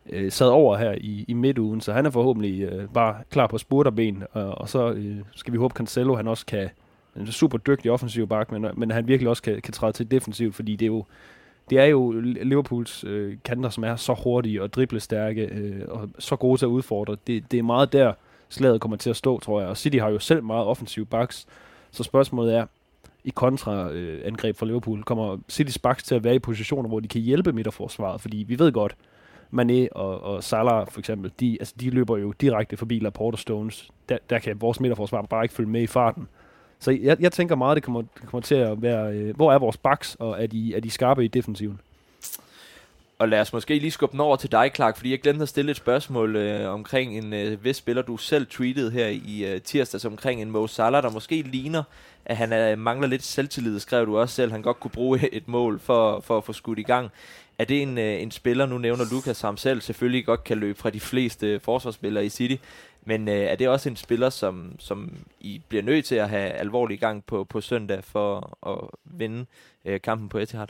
øh, sad over her i, i midtugen, så han er forhåbentlig øh, bare klar på spurterben, og, og så øh, skal vi håbe, Cancelo han også kan, en super dygtig offensiv bak, men, men han virkelig også kan, kan træde til defensivt, fordi det er jo det er jo Liverpools øh, kanter, som er så hurtige og driblestærke, øh, og så gode til at udfordre. Det, det er meget der, slaget kommer til at stå, tror jeg. Og City har jo selv meget offensive backs, så spørgsmålet er, i kontraangreb øh, fra Liverpool, kommer Citys backs til at være i positioner, hvor de kan hjælpe midterforsvaret, fordi vi ved godt, Mané og, og Salah for eksempel, de, altså, de løber jo direkte forbi Laporte og Stones. Der, der kan vores midterforsvar bare ikke følge med i farten. Så jeg, jeg tænker meget, det kommer, det kommer til at være, øh, hvor er vores backs, og er de, er de skarpe i defensiven? Og lad os måske lige skubbe den over til dig, Clark, fordi jeg glemte at stille et spørgsmål øh, omkring en øh, vis spiller, du selv tweetede her i øh, tirsdags omkring en Mo Salah, der måske ligner, at han øh, mangler lidt selvtillid, skrev du også selv, han godt kunne bruge et mål for, for at få skudt i gang. Er det en, øh, en spiller, nu nævner Lukas ham selv, selvfølgelig godt kan løbe fra de fleste øh, forsvarsspillere i City, men øh, er det også en spiller, som, som I bliver nødt til at have alvorlig gang på, på søndag for at vinde øh, kampen på Etihad?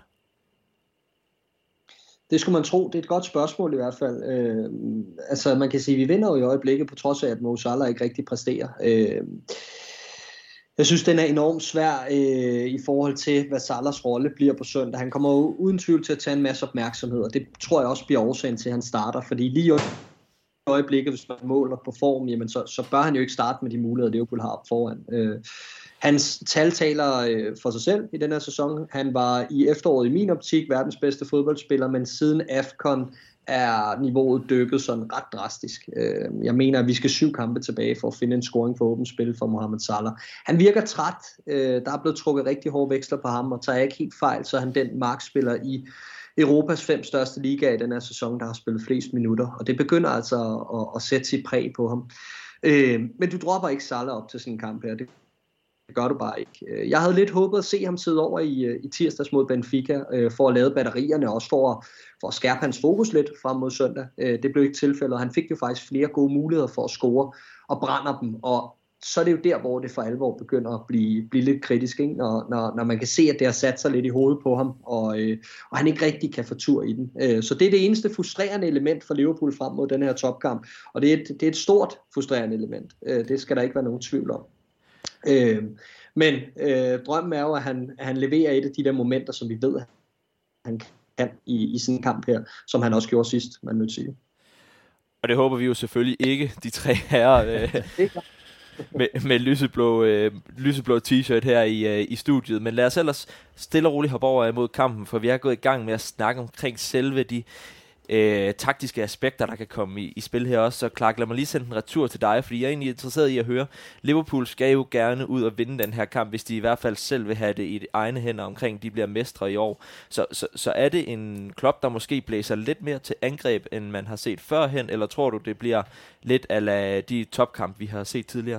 Det skulle man tro. Det er et godt spørgsmål i hvert fald. Øh, altså man kan sige, at vi vinder jo i øjeblikket, på trods af, at Mo Salah ikke rigtig præsterer. Øh, jeg synes, den er enormt svær øh, i forhold til, hvad Salahs rolle bliver på søndag. Han kommer jo uden tvivl til at tage en masse opmærksomhed, og det tror jeg også bliver årsagen til, at han starter. Fordi lige i øjeblikket, hvis man måler på form, jamen så, så bør han jo ikke starte med de muligheder, Liverpool har op foran. Øh, Hans tal taler øh, for sig selv i den her sæson. Han var i efteråret i min optik verdens bedste fodboldspiller, men siden AFCON er niveauet dykket sådan ret drastisk. Øh, jeg mener, at vi skal syv kampe tilbage for at finde en scoring for åbent spil for Mohamed Salah. Han virker træt. Øh, der er blevet trukket rigtig hårde veksler på ham, og tager jeg ikke helt fejl, så er han den markspiller i Europas fem største liga i den her sæson, der har spillet flest minutter. Og det begynder altså at, at, at sætte sit præg på ham. Øh, men du dropper ikke Salah op til sådan en kamp her. Det Det gør du bare ikke. Jeg havde lidt håbet at se ham sidde over i, i tirsdags mod Benfica, øh, for at lade batterierne, også for at, for at skærpe hans fokus lidt frem mod søndag. Øh, det blev ikke tilfældet. Han fik jo faktisk flere gode muligheder for at score og brænder dem. Og så er det jo der, hvor det for alvor begynder at blive, blive lidt kritisk, ikke? Når, når, når man kan se, at det har sat sig lidt i hovedet på ham, og, øh, og han ikke rigtig kan få tur i den. Øh, så det er det eneste frustrerende element for Liverpool frem mod den her topkamp. Og det er et, det er et stort frustrerende element. Øh, det skal der ikke være nogen tvivl om. Øh, men øh, drømmen er jo, at han, at han leverer et af de der momenter, som vi ved, at han kan i, i sådan en kamp her, som han også gjorde sidst, man nødt sige. Og det håber vi jo selvfølgelig ikke, de tre herrer øh, med, med lyseblå, øh, lyseblå t-shirt her i, øh, i studiet. Men lad os ellers stille og roligt hoppe over imod kampen, for vi er gået i gang med at snakke omkring selve de Øh, taktiske aspekter, der kan komme i, i spil her også. Så Clark, lad mig lige sende en retur til dig, fordi jeg er egentlig interesseret i at høre, Liverpool skal jo gerne ud og vinde den her kamp, hvis de i hvert fald selv vil have det i egne hænder omkring, de bliver mestre i år. Så, så, så er det en klub, der måske blæser lidt mere til angreb, end man har set førhen, eller tror du, det bliver lidt a de topkamp, vi har set tidligere?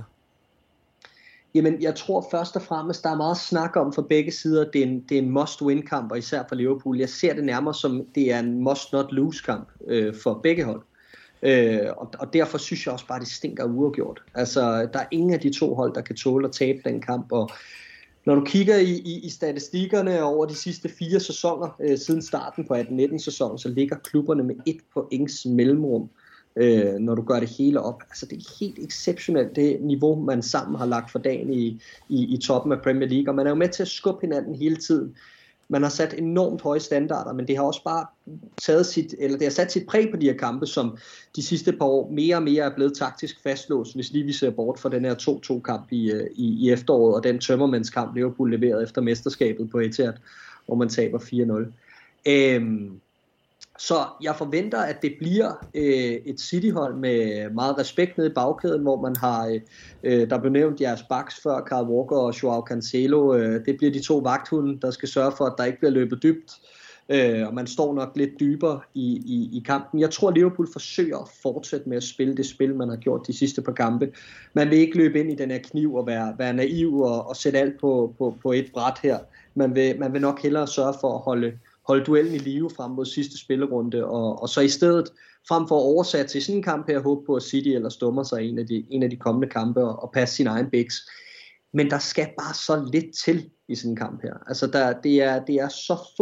Jamen, jeg tror først og fremmest, der er meget snak om for begge sider, det er en, det er en must-win-kamp, og især for Liverpool. Jeg ser det nærmere som, det er en must-not-lose-kamp øh, for begge hold. Øh, og, og derfor synes jeg også bare, det stinker uafgjort. Altså, der er ingen af de to hold, der kan tåle at tabe den kamp, og når du kigger i, i, i statistikkerne over de sidste fire sæsoner, øh, siden starten på atten nitten sæsonen, så ligger klubberne med et points mellemrum. Øh, når du gør det hele op. Altså det er helt exceptionelt det niveau, man sammen har lagt for dagen i, i, i toppen af Premier League, og man er jo med til at skubbe hinanden hele tiden. Man har sat enormt høje standarder, men det har også bare taget sit, eller det har sat sit præg på de her kampe, som de sidste par år mere og mere er blevet taktisk fastlåst, hvis lige vi ser bort fra den her to to kamp i, i, i efteråret, og den tømmermandskamp, Liverpool leverede efter mesterskabet på Etihad, hvor man taber fire nul. Øhm, Så jeg forventer, at det bliver øh, et City-hold med meget respekt nede i bagkæden, hvor man har, øh, der blev nævnt jeres backs før, Kyle Walker og Joao Cancelo. Øh, det bliver de to vagthunde, der skal sørge for, at der ikke bliver løbet dybt. Øh, og man står nok lidt dybere i, i, i kampen. Jeg tror, Liverpool forsøger at fortsætte med at spille det spil, man har gjort de sidste par kampe. Man vil ikke løbe ind i den her kniv og være, være naiv og, og sætte alt på, på, på et bræt her. Man vil, man vil nok hellere sørge for at holde holde duellen i live frem mod sidste spillerunde, og, og så i stedet, frem for at oversætte til sådan en kamp her, håbe på, at City eller stummer sig en af de, en af de kommende kampe, og, og passe sin egen bigs. Men der skal bare så lidt til i sådan en kamp her. Altså, der, det, er, det er så få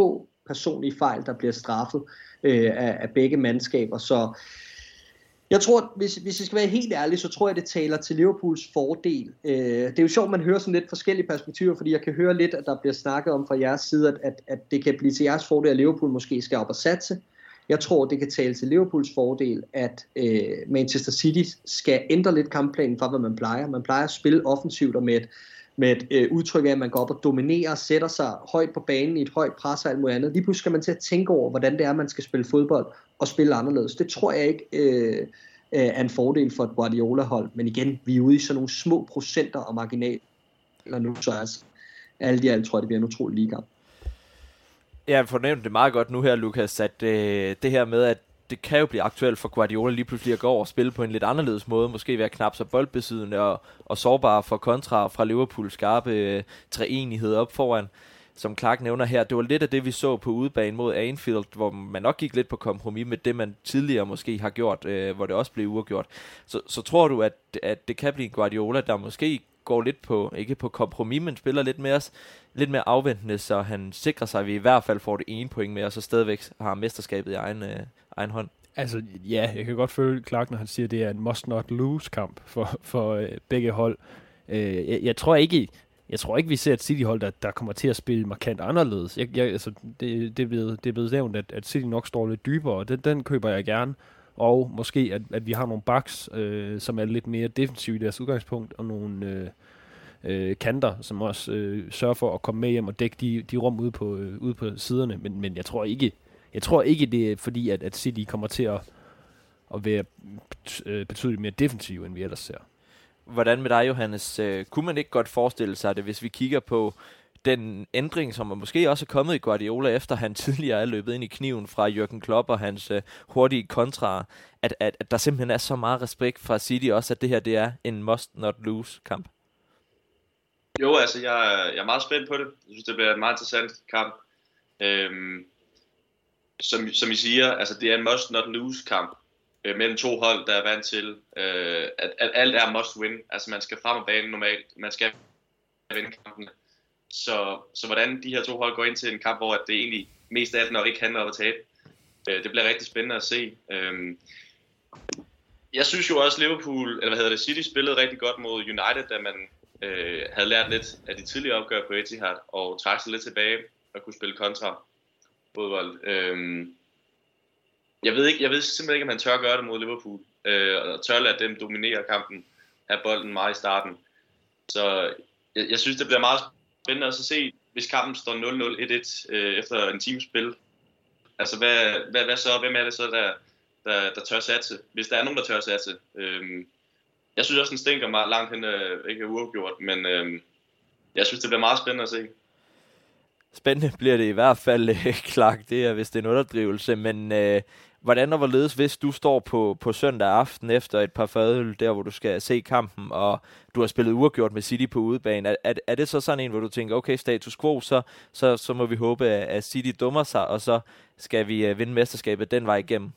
personlige fejl, der bliver straffet øh, af, af begge mandskaber. Så jeg tror, hvis, hvis jeg skal være helt ærlig, så tror jeg, det taler til Liverpools fordel. Øh, det er jo sjovt, man hører sådan lidt forskellige perspektiver, fordi jeg kan høre lidt, at der bliver snakket om fra jeres side, at, at, at det kan blive til jeres fordel, at Liverpool måske skal op og satse. Jeg tror, det kan tale til Liverpools fordel, at øh, Manchester City skal ændre lidt kampplanen fra, hvad man plejer. Man plejer at spille offensivt og med et, med et øh, udtryk af, at man går op og dominerer, sætter sig højt på banen i et højt pres og alt muligt andet. Lige pludselig skal man til at tænke over, hvordan det er, man skal spille fodbold og spille anderledes. Det tror jeg ikke øh, er en fordel for et Guardiola-hold. Men igen, vi er ude i sådan nogle små procenter og marginaler nu, så altså, alt i alt tror jeg, det bliver en utrolig liga. Jeg fornemmer det meget godt nu her, Lukas, at øh, det her med, at det kan jo blive aktuelt for Guardiola lige pludselig at gå over og spille på en lidt anderledes måde, måske være knap så boldbesiddende og, og sårbare for kontra fra Liverpools skarpe øh, treenighed op foran, som Clark nævner her. Det var lidt af det, vi så på udebane mod Anfield, hvor man nok gik lidt på kompromis med det, man tidligere måske har gjort, øh, hvor det også blev uafgjort. Så, så tror du, at, at det kan blive en Guardiola, der måske går lidt på, ikke på kompromis, men spiller lidt mere, lidt mere afventende, så han sikrer sig, at vi i hvert fald får det ene point med, og så stadigvæk har mesterskabet i egen, øh, egen hånd. Altså, ja, jeg kan godt følge Clark, når han siger, at det er en must-not-lose-kamp for, for øh, begge hold. Øh, jeg, jeg tror ikke, jeg tror ikke, vi ser et City-hold, der, der kommer til at spille markant anderledes. Jeg, jeg, altså, det, det, er blevet, det er blevet nævnt, at, at City nok står lidt dybere, og den, den køber jeg gerne. Og måske, at, at vi har nogle backs, øh, som er lidt mere defensive i deres udgangspunkt, og nogle øh, øh, kanter, som også øh, sørger for at komme med hjem og dække de, de rum ude på, øh, ude på siderne. Men, men jeg tror ikke, jeg tror ikke det er fordi, at, at City kommer til at, at være betydeligt mere defensiv, end vi ellers ser. Hvordan med dig, Johannes? Øh, kunne man ikke godt forestille sig det, hvis vi kigger på den ændring, som er måske også er kommet i Guardiola, efter han tidligere er løbet ind i kniven fra Jürgen Klopp og hans øh, hurtige kontra, at, at, at der simpelthen er så meget respekt fra City også, at det her det er en must-not-lose-kamp? Jo, altså jeg, jeg er meget spændt på det. Jeg synes, det bliver en meget interessant kamp. Øhm, som, som I siger, altså det er en must-not-lose-kamp øh, mellem to hold, der er vant til, øh, at, at alt er must-win. Altså man skal frem af banen normalt, man skal vinde kampene. Så, så hvordan de her to hold går ind til en kamp, hvor det egentlig mest af det nok ikke handler om at tabe, øh, det bliver rigtig spændende at se. Øhm, jeg synes jo også Liverpool, eller hvad hedder det, City spillede rigtig godt mod United, da man øh, havde lært lidt af de tidligere opgør på Etihad, og trak sig lidt tilbage og kunne spille kontra fodbold. Øhm, jeg ved ikke, jeg ved simpelthen ikke, om han tør gøre det mod Liverpool, øh, og tør lade dem dominere kampen, have bolden meget i starten. Så jeg, jeg synes, det bliver meget spændende at så se, hvis kampen står nul nul et et øh, efter en times spil. Altså, hvad, hvad, hvad så? Hvem er det så, der, der, der tør satse? Hvis der er nogen, der tør satse. Øhm, jeg synes også, den stinker meget langt hen, øh, ikke er uafgjort, men øh, jeg synes, det bliver meget spændende at se. Spændende bliver det i hvert fald, Clark. Det er vist en underdrivelse, men øh, hvordan og hvorledes, hvis du står på, på søndag aften efter et par fadøl, der hvor du skal se kampen, og du har spillet uafgjort med City på udebane, er, er, er det så sådan en, hvor du tænker, okay, status quo, så, så, så må vi håbe, at City dummer sig, og så skal vi uh, vinde mesterskabet den vej igennem?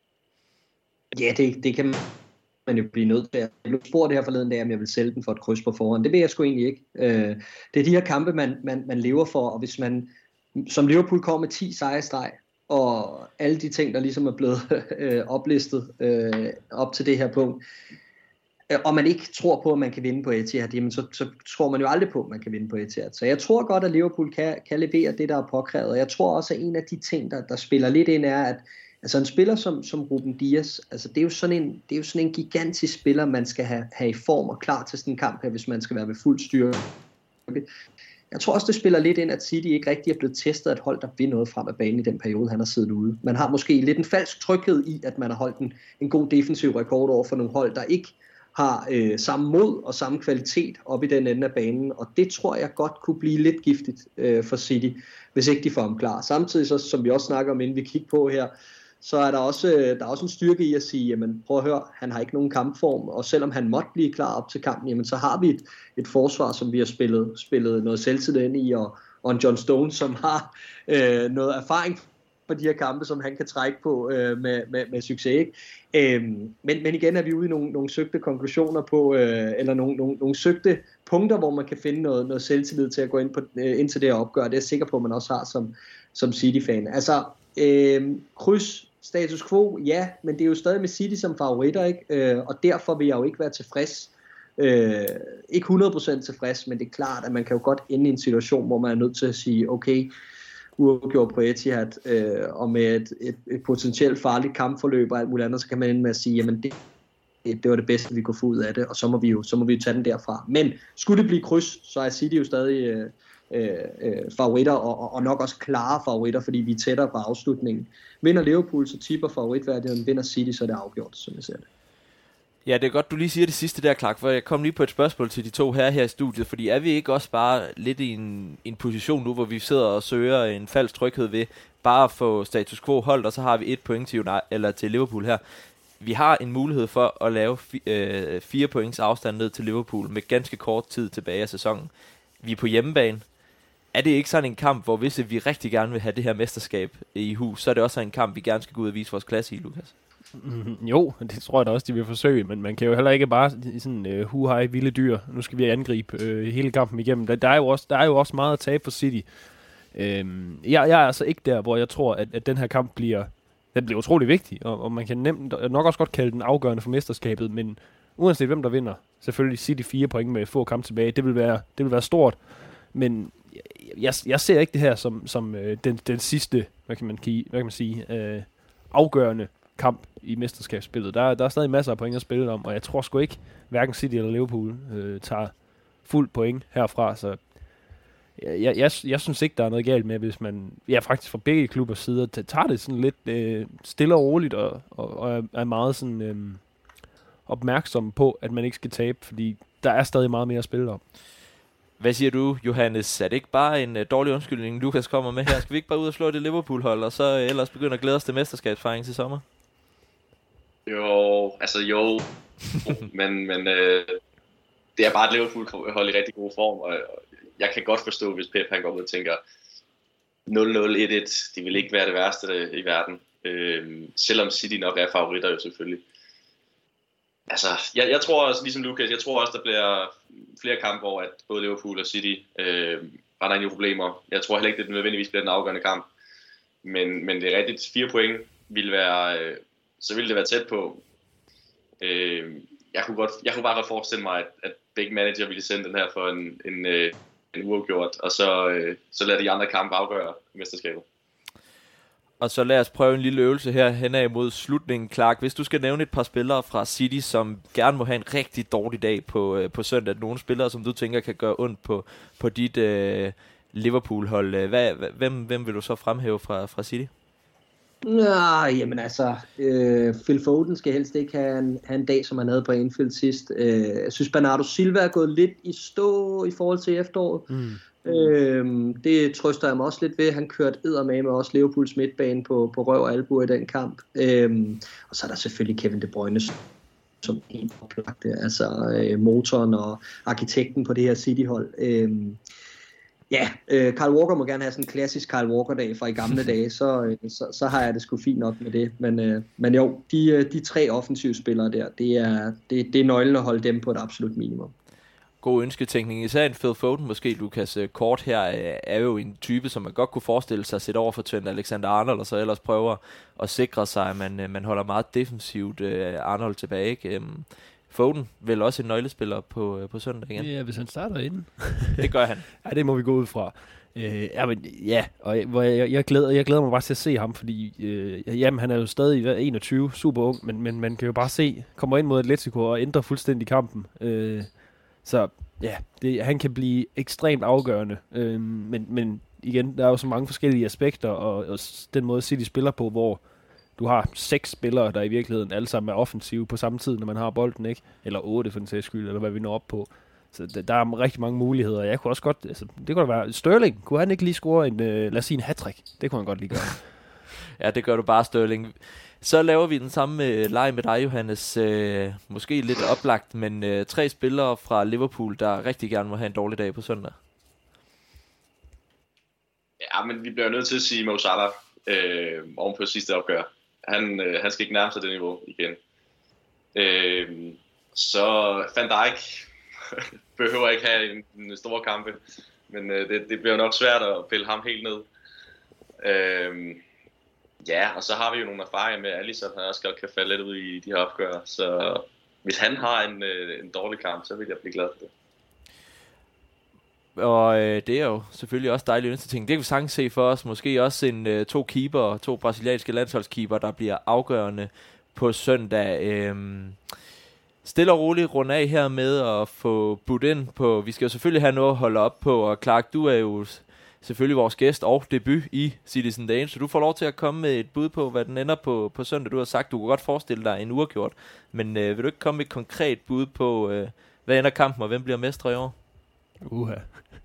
Ja, det, det kan man jo blive nødt til. Jeg blev spurgt her forleden dag, om jeg vil sælge den for et kryds på forhånd. Det vil jeg sgu egentlig ikke. Øh, det er de her kampe, man, man, man lever for, og hvis man som Liverpool kommer med ti sejre i streg, og alle de ting, der ligesom er blevet øh, oplistet øh, op til det her punkt, øh, og man ikke tror på, at man kan vinde på Etihad, jamen så, så tror man jo aldrig på, at man kan vinde på Etihad. Så jeg tror godt, at Liverpool kan, kan levere det, der er påkrævet. Og jeg tror også, at en af de ting, der, der spiller lidt ind, er, at altså en spiller som, som Ruben Dias, altså det er jo sådan en, det er jo sådan en gigantisk spiller, man skal have, have i form og klar til sådan en kamp her, hvis man skal være ved fuld styrke. Jeg tror også, det spiller lidt ind, at City ikke rigtig er blevet testet at hold, der vil noget frem af banen i den periode, han har siddet ude. Man har måske lidt en falsk tryghed i, at man har holdt en, en god defensiv rekord over for nogle hold, der ikke har øh, samme mod og samme kvalitet op i den ende af banen. Og det tror jeg godt kunne blive lidt giftigt øh, for City, hvis ikke de får ham klar. Samtidig, så, som vi også snakker om, inden vi kigger på her, så er der også, der er også en styrke i at sige, jamen prøv at høre, han har ikke nogen kampform, og selvom han måtte blive klar op til kampen, jamen så har vi et, et forsvar, som vi har spillet, spillet noget selvtillid ind i, og, og en John Stones, som har øh, noget erfaring på de her kampe, som han kan trække på øh, med, med, med succes. Ikke? Øhm, men, men igen er vi ude i nogle, nogle søgte konklusioner på, øh, eller nogle, nogle, nogle søgte punkter, hvor man kan finde noget, noget selvtillid til at gå ind, på, øh, ind til det og opgøre. Det er jeg sikker på, at man også har som, som City-fan. Altså, øh, kryds, status quo, ja, men det er jo stadig med City som favoritter, ikke? Øh, og derfor vil jeg jo ikke være tilfreds. Øh, ikke hundrede procent tilfreds, men det er klart, at man kan jo godt ende i en situation, hvor man er nødt til at sige, okay, uafgjort på Etihad, øh, og med et, et, et potentielt farligt kampforløb og alt muligt andet, så kan man ende med at sige, jamen det, det var det bedste, vi kunne få ud af det, og så må vi jo, så må vi jo tage den derfra. Men skulle det blive kryds, så er City jo stadig øh, øh, favoritter, og, og nok også klare favoritter, fordi vi er tættere på afslutningen. Vinder Liverpool, så tipper favoritværdigheden, vinder City, så er det afgjort, som jeg ser det. Ja, det er godt, du lige siger det sidste der, Clark, for jeg kom lige på et spørgsmål til de to her her i studiet, fordi er vi ikke også bare lidt i en, en position nu, hvor vi sidder og søger en falsk tryghed ved bare at få status quo holdt, og så har vi et point til, United, eller til Liverpool her. Vi har en mulighed for at lave fi, øh, fire points afstand ned til Liverpool med ganske kort tid tilbage af sæsonen. Vi er på hjemmebane. Er det ikke sådan en kamp, hvor hvis vi rigtig gerne vil have det her mesterskab i hus, så er det også en kamp, vi gerne skal gå ud og vise vores klasse i, Lukas? Mm, jo, det tror jeg da også, de vil forsøge, men man kan jo heller ikke bare sådan uh, hu-hej vilde dyr. Nu skal vi angribe uh, hele kampen igennem. Der, der, er jo også, der er jo også meget at tabe for City. Øhm, jeg, jeg er altså ikke der, hvor jeg tror, at, at den her kamp bliver, den bliver utrolig vigtig, og, og man kan nemt, nok også godt kalde den afgørende for mesterskabet, men uanset hvem der vinder, selvfølgelig City fire point med få kampe tilbage, det vil være, det vil være stort, men jeg, jeg ser ikke det her som, som øh, den, den sidste, hvad kan man, hvad kan man sige, øh, afgørende kamp i mesterskabsspillet. Der, der er stadig masser af point at spille om, og jeg tror sgu ikke, hverken City eller Liverpool øh, tager fuld point herfra, så jeg, jeg, jeg, jeg synes ikke, der er noget galt med, hvis man, ja faktisk fra begge klubbers sider, tager det sådan lidt øh, stille og roligt, og, og, og er, er meget sådan øh, opmærksom på, at man ikke skal tabe, fordi der er stadig meget mere at spille om. Hvad siger du, Johannes? Er det ikke bare en uh, dårlig undskyldning, Lukas kommer med her? Skal vi ikke bare ud og slå det Liverpool-hold, og så uh, ellers begynde at glæde os til mesterskabsfejring til sommer? Jo, altså jo, men, men øh, det er bare et Liverpool-hold i rigtig god form, og jeg kan godt forstå, hvis Pep han går ud og tænker nul nul et et, det vil ikke være det værste i verden, øh, selvom City nok er favoritter jo selvfølgelig. Altså, jeg, jeg tror også, ligesom Lukas, jeg tror også, der bliver flere kampe, hvor at både Liverpool og City øh, render ind i problemer. Jeg tror heller ikke, det nødvendigvis bliver den afgørende kamp. Men, men det er rigtigt, fire point ville være, øh, så ville det være tæt på. Øh, jeg, kunne godt, jeg kunne bare godt forestille mig, at, at begge manager ville sende den her for en, en, øh, en uafgjort, og så, øh, så lader de andre kampe afgøre mesterskabet. Og så lad os prøve en lille øvelse her hen ad mod slutningen, Clark. Hvis du skal nævne et par spillere fra City, som gerne må have en rigtig dårlig dag på, øh, på søndag. Nogle spillere, som du tænker kan gøre ondt på, på dit øh, Liverpool-hold. Hvad, hvem, hvem vil du så fremhæve fra, fra City? Nej, jamen altså, øh, Phil Foden skal helst ikke have en, have en dag, som han havde på Anfield sidst. Øh, jeg synes, Bernardo Silva er gået lidt i stå i forhold til efteråret. Mm. Øhm, det trøster jeg mig også lidt ved. Han kørte eddermame med også Liverpools midtbane på, på røv og albu i den kamp. Øhm, og så er der selvfølgelig Kevin De Bruyne som en oplagte, altså øh, motoren og arkitekten på det her City-hold. Øhm, ja, øh, Kyle Walker må gerne have sådan en klassisk Kyle Walker-dag fra i gamle dage, så, øh, så, så har jeg det sgu fint nok med det. Men, øh, men jo, de, de tre offensive spillere der, det er, det, det er nøglen at holde dem på et absolut minimum. God ønsketænkning. Især en Phil Foden, måske Lukas Kort her, er jo en type, som man godt kunne forestille sig at sætte over for Trent Alexander-Arnold, og så ellers prøver at sikre sig, at man, man holder meget defensivt Arnold tilbage. Ikke? Foden vel også en nøglespiller på, på søndag igen. Ja, hvis han starter inden. Det gør han. Ja, det må vi gå ud fra. Øh, ja, men, ja, og jeg, jeg, jeg, glæder, jeg glæder mig bare til at se ham, fordi øh, jamen, han er jo stadig enogtyve, super ung, men, men man kan jo bare se, kommer ind mod Atletico og ændrer fuldstændig kampen. Øh, så ja, det, han kan blive ekstremt afgørende, øh, men, men igen, der er jo så mange forskellige aspekter, og, og den måde City spiller på, hvor du har seks spillere, der i virkeligheden alle sammen er offensive på samme tid, når man har bolden, ikke? Eller otte for den sags skyld, eller hvad vi når op på. Så der, der er rigtig mange muligheder. Jeg kunne også godt, altså, det kunne da være Sterling. Kunne han ikke lige score en, øh, lad os sige en hattrick? Det kunne han godt lige gøre. Ja, det gør du bare, Sterling. Så laver vi den samme øh, leg med dig, Johannes. Øh, måske lidt oplagt, men øh, tre spillere fra Liverpool, der rigtig gerne må have en dårlig dag på søndag. Ja, men vi bliver nødt til at sige Mo Salah. øh, oven på sidste opgør. Han, øh, han skal ikke nærme sig det niveau igen. Øh, så Van Dijk behøver ikke have en, en stor kampe, men øh, det, det bliver nok svært at pille ham helt ned. Øh, ja, og så har vi jo nogle erfaringer med Alisson, han også godt kan falde lidt ud i de her opgør, så hvis han har en, øh, en dårlig kamp, så vil jeg blive glad for det. Og øh, det er jo selvfølgelig også dejligt ønske ting. Det kan vi sagtens se for os. Måske også en øh, to keeper, to brasilianske landsholdskeeper, der bliver afgørende på søndag. Øh, stille og roligt runde af her med at få budt ind på. Vi skal jo selvfølgelig have noget at holde op på. Og Clark, du er jo selvfølgelig vores gæst og debut i Citizen Dane, så du får lov til at komme med et bud på, hvad den ender på, på søndag. Du har sagt, du kunne godt forestille dig en uafgjort. Men øh, vil du ikke komme med et konkret bud på, øh, hvad ender kampen, og hvem bliver mestre i år? Uha.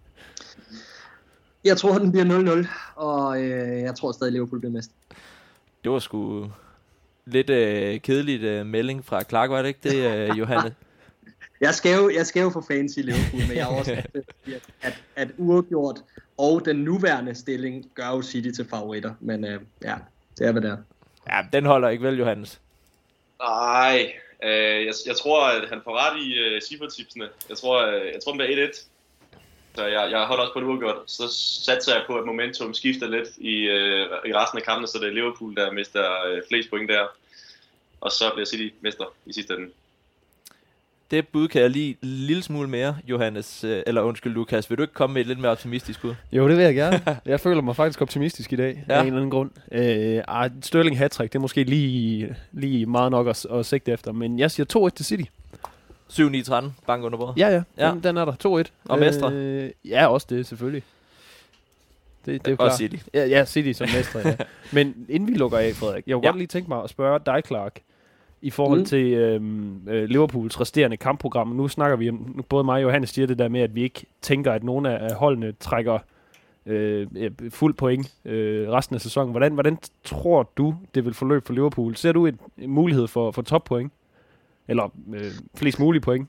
Jeg tror, den bliver nul nul, og øh, jeg tror stadig, Liverpool bliver mester. Det var sgu lidt øh, kedeligt øh, melding fra Clark, var det ikke det, øh, Johanne? jeg, skal jo, jeg skal jo for fans i Liverpool, men jeg har også at, at, at uafgjort og den nuværende stilling gør jo City til favoritter. Men øh, ja, det er hvad det er. Ja, den holder ikke vel, Johannes? Nej, øh, jeg, jeg tror, at han får ret i øh, Cifra-tipsene. Jeg tror, øh, jeg tror, den bliver et et. Så jeg, jeg holder også på det uafgjort. Så satser jeg på, at momentum skifter lidt i, øh, i resten af kampene, så det er Liverpool, der mister øh, flest point der. Og så bliver City mester i sidste ende. Det bud kan jeg lige en lille smule mere, Johannes, øh, eller undskyld Lukas. Vil du ikke komme med et lidt mere optimistisk bud? Jo, det vil jeg gerne. Jeg føler mig faktisk optimistisk i dag, ja. af en eller anden grund. Øh, ah, Sterling hat-trick, det er måske lige, lige meget nok at, at sigte efter, men jeg siger to et til City. syv ni tretten, bank under bordet. Ja, ja, ja. Den, den er der. to et. Og mestre? Øh, ja, også det, selvfølgelig. Det, det er jo og klart. City. Ja, ja, City som mestre, ja. Men inden vi lukker af, Frederik, jeg kunne ja. godt lige tænke mig at spørge dig, Clark, i forhold mm. til øhm, øh, Liverpools resterende kampprogram. Nu snakker vi om, både mig og Johannes siger det der med, at vi ikke tænker, at nogle af holdene trækker øh, fuld point øh, resten af sæsonen. Hvordan, hvordan tror du, det vil forløbe for Liverpool? Ser du en, en mulighed for, for toppoint? Eller øh, flest mulige point?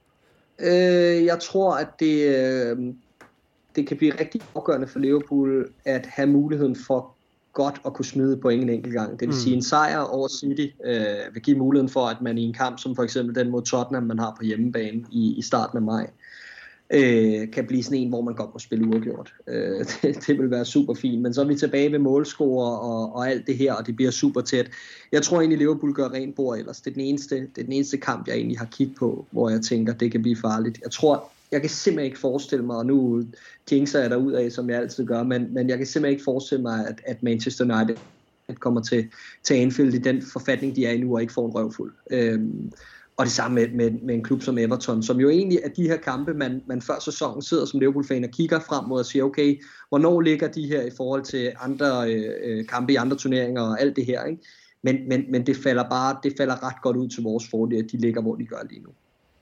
Øh, jeg tror, at det, øh, det kan blive rigtig afgørende for Liverpool at have muligheden for godt at kunne smide point en enkelt gang. Det vil mm. sige, en sejr over City øh, vil give muligheden for, at man i en kamp, som for eksempel den mod Tottenham, man har på hjemmebane i, i starten af maj, øh, kan blive sådan en, hvor man godt må spille uafgjort. Øh, det, det vil være super fint. Men så er vi tilbage ved målscorer og, og alt det her, og det bliver super tæt. Jeg tror egentlig, Liverpool gør rent bord ellers. Det er den eneste, det er den eneste kamp, jeg egentlig har kigget på, hvor jeg tænker, det kan blive farligt. Jeg tror, jeg kan simpelthen ikke forestille mig, og nu jinxer jeg derudad, som jeg altid gør, men, men jeg kan simpelthen ikke forestille mig, at, at Manchester United kommer til, til Anfield i den forfatning, de er i nu, og ikke får en røvfuld. Øhm, og det samme med, med, med en klub som Everton, som jo egentlig er de her kampe, man, man før sæsonen sidder som Liverpool-fan og kigger frem mod og siger, okay, hvornår ligger de her i forhold til andre øh, kampe i andre turneringer og alt det her, ikke? Men, men, men det falder bare, det falder ret godt ud til vores fordel, at de ligger, hvor de gør lige nu.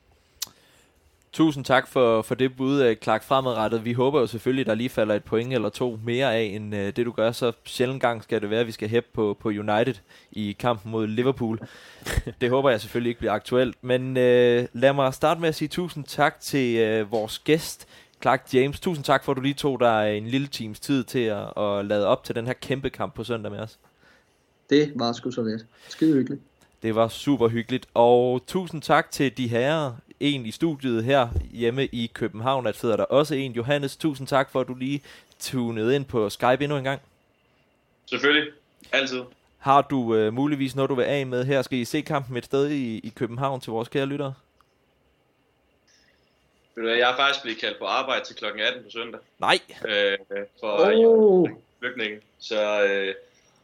Tusind tak for, for det bud, Clark, fremadrettet. Vi håber jo selvfølgelig, der lige falder et point eller to mere af, end uh, det du gør. Så sjældent gang skal det være, at vi skal hæppe på, på United i kampen mod Liverpool. Det håber jeg selvfølgelig ikke bliver aktuelt. Men uh, lad mig starte med at sige tusind tak til uh, vores gæst, Clark James. Tusind tak for, at du lige tog dig en lille times tid til at, at lade op til den her kæmpe kamp på søndag med os. Det var sgu så let. Skide hyggeligt. Det var super hyggeligt. Og tusind tak til de herrer. En i studiet her hjemme i København, at sidder der også en. Johannes, tusind tak for, at du lige tunede ind på Skype endnu en gang. Selvfølgelig. Altid. Har du øh, muligvis noget, du vil af med her? Skal I se kampen et sted i, i København til vores kære lyttere? Jeg er faktisk blevet kaldt på arbejde til klokken atten på søndag. Nej! Øh, for oh. flygtninge. Så øh,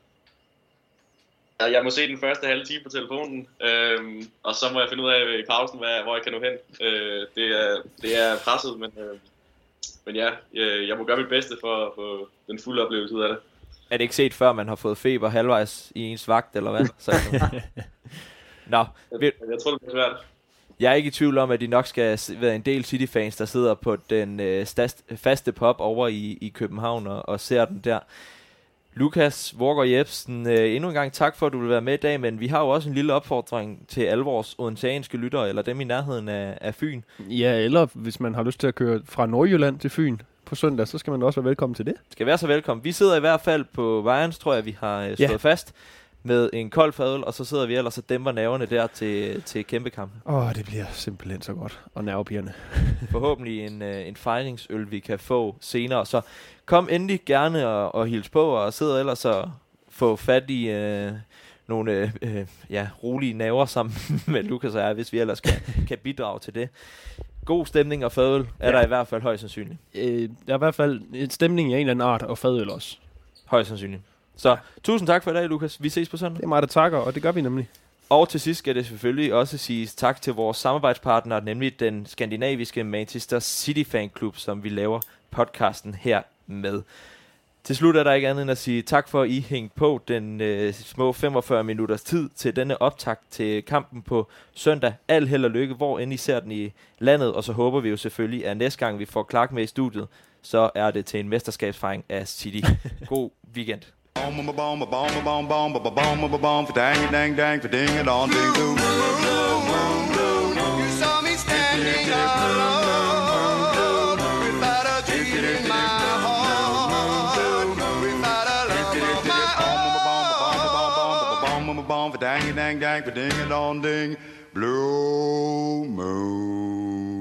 jeg må se den første halve time på telefonen, øh, og så må jeg finde ud af i pausen, hvad, hvor jeg kan nå hen. Øh, det, er, det er presset, men, øh, men ja, jeg, jeg må gøre mit bedste for at få den fulde oplevelse ud af det. Er det ikke set før, man har fået feber halvvejs i ens vagt, eller hvad? Så, Nå, jeg, jeg tror, det bliver svært. Jeg er ikke i tvivl om, at de nok skal være en del City-fans, der sidder på den øh, stast, faste pub over i, i København og, og ser den der. Lukas Vorgård Jebsen, øh, endnu en gang tak for, at du vil være med i dag, men vi har jo også en lille opfordring til alle vores odenseanske lyttere, eller dem i nærheden af, af Fyn. Ja, eller hvis man har lyst til at køre fra Nordjylland til Fyn, på søndag, så skal man også være velkommen til det. Skal være så velkommen. Vi sidder i hvert fald på Vejens, tror jeg, vi har øh, stået Ja. fast med en kold fadøl, og så sidder vi ellers og dæmper nerverne der til, til kæmpekampen. Åh, oh, det bliver simpelthen så godt. Og nervepirrende. Forhåbentlig en, øh, en fejringsøl, vi kan få senere. Så kom endelig gerne og, og hils på, og sidder ellers og få fat i øh, nogle øh, øh, ja, rolige nerver sammen med Lukas og jeg, hvis vi ellers kan, kan bidrage til det. God stemning og fadøl er Ja. der i hvert fald højst sandsynligt. Øh, der er i hvert fald en stemning i en eller anden art, og fadøl også. Højst sandsynligt. Så tusind tak for i dag, Lukas. Vi ses på søndag. Det er mig, der takker, og det gør vi nemlig. Og til sidst skal det selvfølgelig også siges tak til vores samarbejdspartner, nemlig den skandinaviske Manchester City Fan Club, som vi laver podcasten her med. Til slut er der ikke andet end at sige tak for, at I hængte på den øh, små femogfyrre minutters tid til denne optakt til kampen på søndag. Al held og lykke, hvor end I ser den i landet, og så håber vi jo selvfølgelig, at næste gang vi får Clark med i studiet, så er det til en mesterskabsfejring af City. God weekend. Boom, boom, boom, boom, boom, boom, boom, boom, boom, boom, for dang, dang, dang, for ding it on, ding, doo. You saw me standing alone, without a dream in my heart, without a love of my own. Boom, boom, boom, for dang, dang, dang, for ding it on, ding, blue moon.